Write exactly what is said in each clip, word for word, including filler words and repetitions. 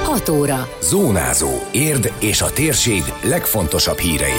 hat óra. Zónázó. Érd és a térség legfontosabb hírei.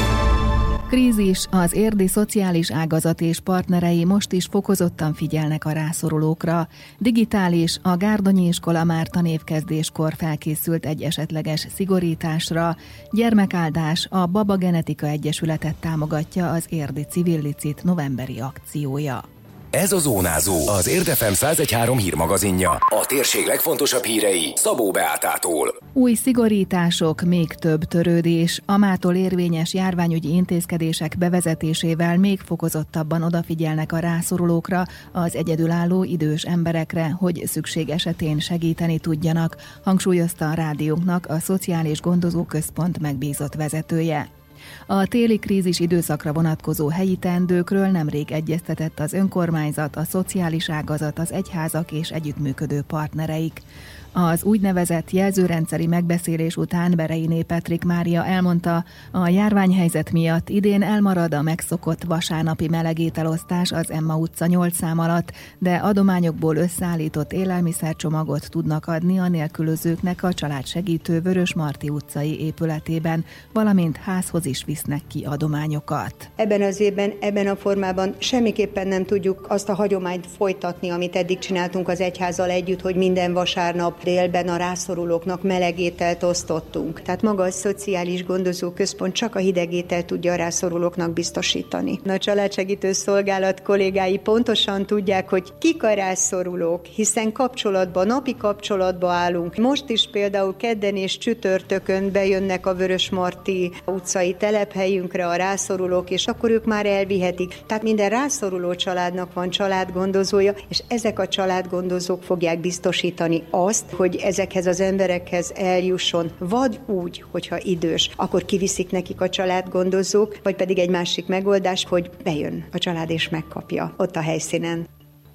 Krízis, az érdi szociális ágazat és partnerei most is fokozottan figyelnek a rászorulókra. Digitális, a Gárdonyi iskola már tanévkezdéskor felkészült egy esetleges szigorításra. Gyermekáldás, a Baba Genetika Egyesületet támogatja az érdi Civil Licit novemberi akciója. Ez a Zónázó, az Érd ef em száz egy három hírmagazinja. A térség legfontosabb hírei Szabó Beátától. Új szigorítások, még több törődés. A mától érvényes járványügyi intézkedések bevezetésével még fokozottabban odafigyelnek a rászorulókra, az egyedülálló idős emberekre, hogy szükség esetén segíteni tudjanak, hangsúlyozta a rádiónknak a Szociális Gondozó Központ megbízott vezetője. A téli krízis időszakra vonatkozó helyi teendőkről nemrég egyeztetett az önkormányzat, a szociális ágazat, az egyházak és együttműködő partnereik. Az úgynevezett jelzőrendszeri megbeszélés után Bereiné Petrik Mária elmondta, a járványhelyzet miatt idén elmarad a megszokott vasárnapi melegételosztás az Emma utca nyolc szám alatt, de adományokból összeállított élelmiszercsomagot tudnak adni a nélkülözőknek a családsegítő Vörösmarty utcai épületében, valamint házhoz is visznek ki adományokat. Ebben az évben, ebben a formában semmiképpen nem tudjuk azt a hagyományt folytatni, amit eddig csináltunk az egyházzal együtt, hogy minden vasárnap délben a rászorulóknak melegételt osztottunk. Tehát maga a Szociális Gondozó Központ csak a hidegételt tudja a rászorulóknak biztosítani. A családsegítő szolgálat kollégái pontosan tudják, hogy kik a rászorulók, hiszen kapcsolatban, napi kapcsolatban állunk. Most is például kedden és csütörtökön bejönnek a Vörösmarty utcai telephelyünkre a rászorulók, és akkor ők már elvihetik. Tehát minden rászoruló családnak van családgondozója, és ezek a családgondozók fogják biztosítani azt, hogy ezekhez az emberekhez eljusson, vagy úgy, hogyha idős, akkor kiviszik nekik a családgondozók, vagy pedig egy másik megoldás, hogy bejön a család és megkapja ott a helyszínen.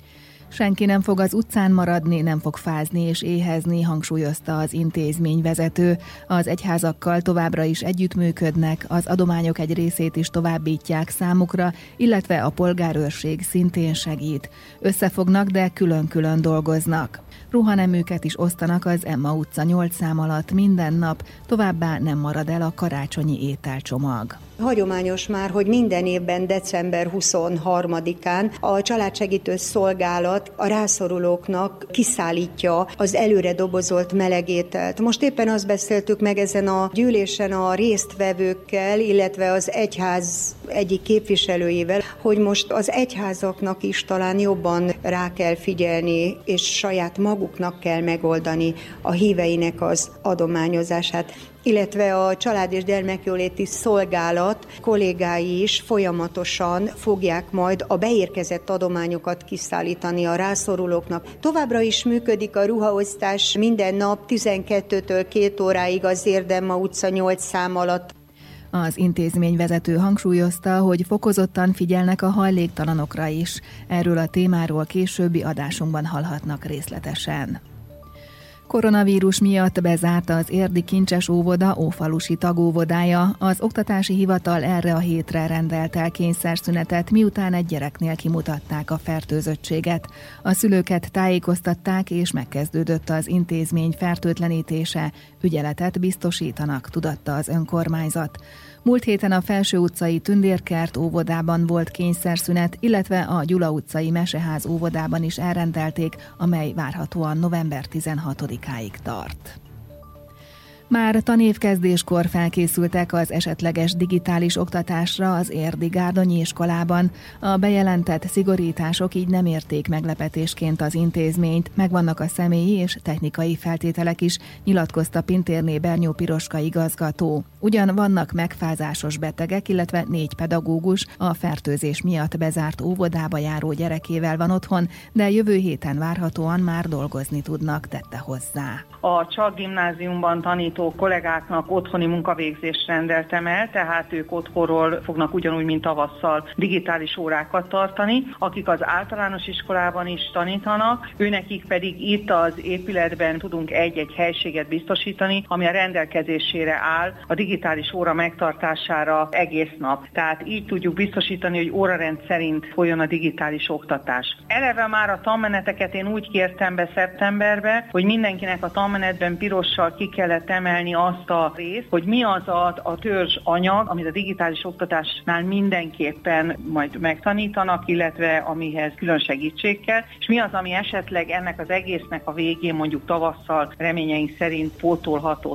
Senki nem fog az utcán maradni, nem fog fázni és éhezni, hangsúlyozta az intézményvezető. Az egyházakkal továbbra is együttműködnek, az adományok egy részét is továbbítják számukra, illetve a polgárőrség szintén segít. Összefognak, de külön-külön dolgoznak. Ruhaneműket is osztanak az Emma utca nyolc szám alatt minden nap, továbbá nem marad el a karácsonyi ételcsomag. Hagyományos már, hogy minden évben december huszonharmadikán a családsegítő szolgálat a rászorulóknak kiszállítja az előre dobozolt melegételt. Most éppen azt beszéltük meg ezen a gyűlésen a résztvevőkkel, illetve az egyház egyik képviselőjével, hogy most az egyházaknak is talán jobban rá kell figyelni, és saját maguknak kell megoldani a híveinek az adományozását, illetve a Család- és Gyermekjóléti Szolgálat kollégái is folyamatosan fogják majd a beérkezett adományokat kiszállítani a rászorulóknak. Továbbra is működik a ruhaosztás minden nap tizenkettőtől két óráig az Emma utca nyolc szám alatt. Az intézményvezető hangsúlyozta, hogy fokozottan figyelnek a hajléktalanokra is. Erről a témáról későbbi adásunkban hallhatnak részletesen. Koronavírus miatt bezárt az érdi Kincses óvoda ófalusi tagóvodája. Az oktatási hivatal erre a hétre rendelt el kényszerszünetet, miután egy gyereknél kimutatták a fertőzöttséget. A szülőket tájékoztatták, és megkezdődött az intézmény fertőtlenítése. Ügyeletet biztosítanak, tudatta az önkormányzat. Múlt héten a Felső utcai Tündérkert óvodában volt kényszerszünet, illetve a Gyula utcai Meseház óvodában is elrendelték, amely várhatóan november tizenhatodikáig tart. Már tanévkezdéskor felkészültek az esetleges digitális oktatásra az érdi Gárdonyi iskolában. A bejelentett szigorítások így nem érték meglepetésként az intézményt, megvannak a személyi és technikai feltételek is, nyilatkozta Pintérné Bernyó Piroska igazgató. Ugyan vannak megfázásos betegek, illetve négy pedagógus a fertőzés miatt bezárt óvodába járó gyerekével van otthon, de jövő héten várhatóan már dolgozni tudnak, tette hozzá. A Csak gimnáziumban tanító oktató kollégáknak otthoni munkavégzést rendeltem el, tehát ők otthonról fognak ugyanúgy, mint tavasszal digitális órákat tartani, akik az általános iskolában is tanítanak, őnekik pedig itt az épületben tudunk egy-egy helységet biztosítani, ami a rendelkezésére áll a digitális óra megtartására egész nap. Tehát így tudjuk biztosítani, hogy órarend szerint folyjon a digitális oktatás. Eleve már a tanmeneteket én úgy kértem be szeptemberbe, hogy mindenkinek a tanmenetben pirossal ki kellett emelni azt a részt, hogy mi az a, a törzs anyag, amit a digitális oktatásnál mindenképpen majd megtanítanak, illetve amihez külön segítség kell, és mi az, ami esetleg ennek az egésznek a végén, mondjuk tavasszal reményeink szerint pótolható.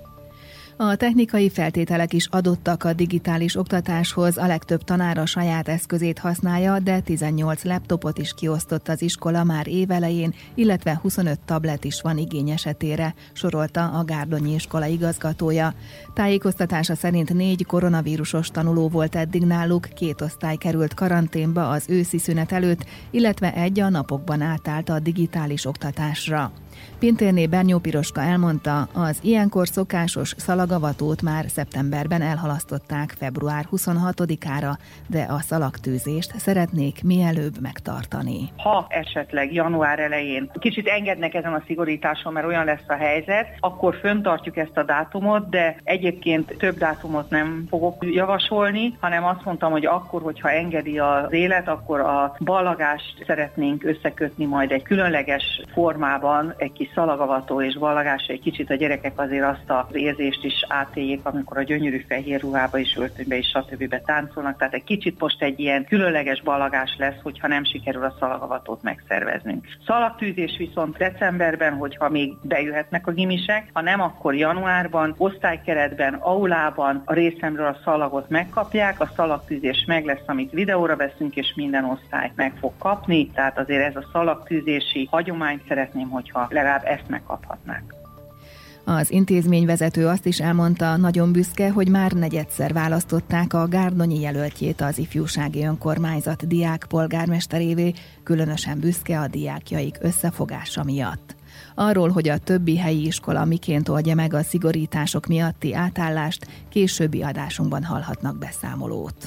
A technikai feltételek is adottak a digitális oktatáshoz, a legtöbb tanár a saját eszközét használja, de tizennyolc laptopot is kiosztott az iskola már évelején, illetve huszonöt tablet is van igény esetére, sorolta a Gárdonyi iskola igazgatója. Tájékoztatása szerint négy koronavírusos tanuló volt eddig náluk, két osztály került karanténba az őszi szünet előtt, illetve egy a napokban átállt a digitális oktatásra. Pintérné Bernyó Piroska elmondta, az ilyenkor szokásos szalagavatót már szeptemberben elhalasztották február huszonhatodikára, de a szalagtűzést szeretnék mielőbb megtartani. Ha esetleg január elején kicsit engednek ezen a szigorításon, mert olyan lesz a helyzet, akkor föntartjuk ezt a dátumot, de egyébként több dátumot nem fogok javasolni, hanem azt mondtam, hogy akkor, hogyha engedi az élet, akkor a ballagást szeretnénk összekötni majd egy különleges formában, egy kis szalagavató és ballagás, egy kicsit a gyerekek azért azt az érzést is átéljék, amikor a gyönyörű fehér ruhába és öltönybe és stb. Táncolnak. Tehát egy kicsit most egy ilyen különleges ballagás lesz, hogyha nem sikerül a szalagavatót megszerveznünk. Szalagtűzés viszont decemberben, hogyha még bejöhetnek a gimisek, ha nem, akkor januárban, osztálykeretben, aulában a részemről a szalagot megkapják, a szalagtűzés meg lesz, amit videóra veszünk, és minden osztály meg fog kapni. Tehát azért ez a szalagtűzési hagyományt szeretném, hogyha legalább ezt megkaphatnák. Az intézményvezető azt is elmondta, nagyon büszke, hogy már negyedszer választották a Gárdonyi jelöltjét az ifjúsági önkormányzat diákpolgármesterévé, különösen büszke a diákjaik összefogása miatt. Arról, hogy a többi helyi iskola miként oldja meg a szigorítások miatti átállást, későbbi adásunkban hallhatnak beszámolót.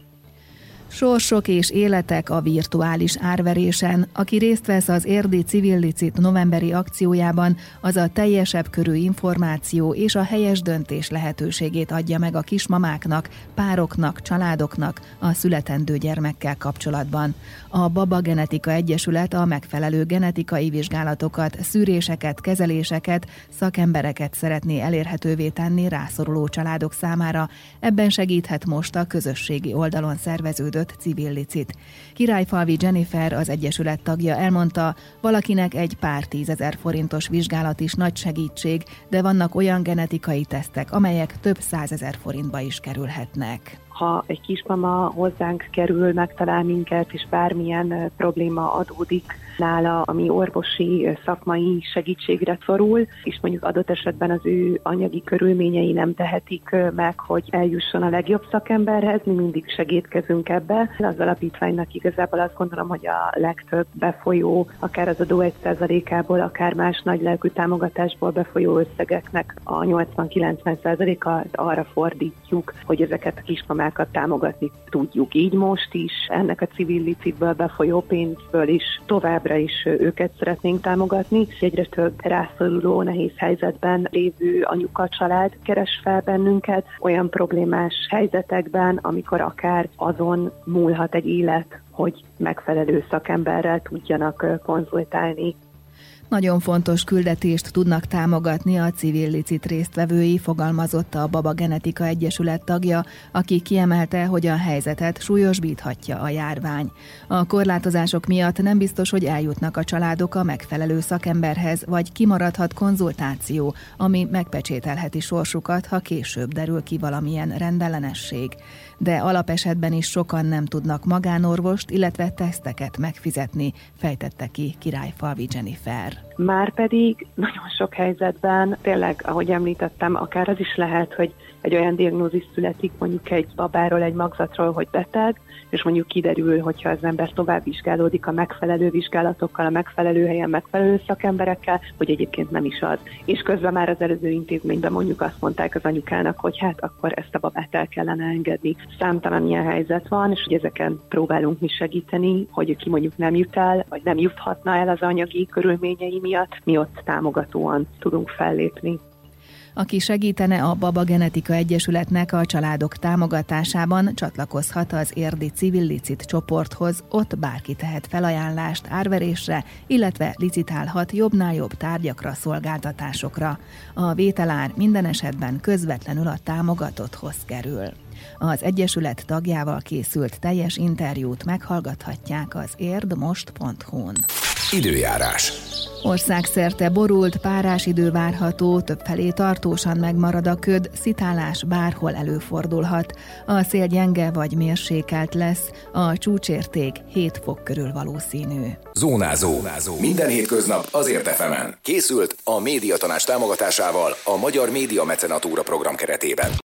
Sorsok és életek a virtuális árverésen. Aki részt vesz az Érdi Civil Licit novemberi akciójában, az a teljesebb körű információ és a helyes döntés lehetőségét adja meg a kismamáknak, pároknak, családoknak a születendő gyermekkel kapcsolatban. A Baba Genetika Egyesület a megfelelő genetikai vizsgálatokat, szűréseket, kezeléseket, szakembereket szeretné elérhetővé tenni rászoruló családok számára. Ebben segíthet most a közösségi oldalon szerveződött Civil Licit. Királyfalvi Jennifer, az egyesület tagja elmondta, valakinek egy pár tízezer forintos vizsgálat is nagy segítség, de vannak olyan genetikai tesztek, amelyek több százezer forintba is kerülhetnek. Ha egy kismama hozzánk kerül, megtalál minket, és bármilyen probléma adódik nála, ami orvosi, szakmai segítségre szorul, és mondjuk adott esetben az ő anyagi körülményei nem tehetik meg, hogy eljusson a legjobb szakemberhez, mi mindig segítkezünk ebbe. Az alapítványnak igazából azt gondolom, hogy a legtöbb befolyó, akár az adó egy százalékából, akár más nagylelkű támogatásból befolyó összegeknek a nyolcvan-kilencven százalékát arra fordítjuk, hogy ezeket a kismamákat támogatni tudjuk. Így most is ennek a Civil Licitből befolyó pénzből is továbbra is őket szeretnénk támogatni. Egyre több rászoruló, nehéz helyzetben lévő anyuka család keres fel bennünket olyan problémás helyzetekben, amikor akár azon múlhat egy élet, hogy megfelelő szakemberrel tudjanak konzultálni. Nagyon fontos küldetést tudnak támogatni a Civil Licit résztvevői, fogalmazott a Baba Genetika Egyesület tagja, aki kiemelte, hogy a helyzetet súlyosbíthatja a járvány. A korlátozások miatt nem biztos, hogy eljutnak a családok a megfelelő szakemberhez, vagy kimaradhat konzultáció, ami megpecsételheti sorsukat, ha később derül ki valamilyen rendellenesség. De alapesetben is sokan nem tudnak magánorvost, illetve teszteket megfizetni, fejtette ki Királyfalvi Jennifer. Márpedig nagyon sok helyzetben, tényleg, ahogy említettem, akár az is lehet, hogy egy olyan diagnózis születik mondjuk egy babáról, egy magzatról, hogy beteg, és mondjuk kiderül, hogyha az ember tovább vizsgálódik a megfelelő vizsgálatokkal, a megfelelő helyen, megfelelő szakemberekkel, hogy egyébként nem is az. És közben már az előző intézményben mondjuk azt mondták az anyukának, hogy hát akkor ezt a babát el kellene engedni. Számtalan ilyen helyzet van, és hogy ezeken próbálunk mi segíteni, hogy aki mondjuk nem jut el, vagy nem juthatna el az anyagi körülményei miatt, mi ott támogatóan tudunk fellépni. Aki segítene a Baba Genetika Egyesületnek a családok támogatásában, csatlakozhat az érdi civil licit csoporthoz, ott bárki tehet felajánlást árverésre, illetve licitálhat jobbnál jobb tárgyakra, szolgáltatásokra. A vételár minden esetben közvetlenül a támogatotthoz kerül. Az Egyesület tagjával készült teljes interjút meghallgathatják az érdmost pont hu-n. Időjárás. Országszerte borult, párás idő várható, többfelé tartósan megmarad a köd, szitálás bárhol előfordulhat. A szél gyenge vagy mérsékelt lesz, a csúcsérték hét fok körül valószínű. Zónázó. Minden hétköznap az Érd ef emen. Készült a Médiatanács támogatásával a Magyar Média Mecenatúra program keretében.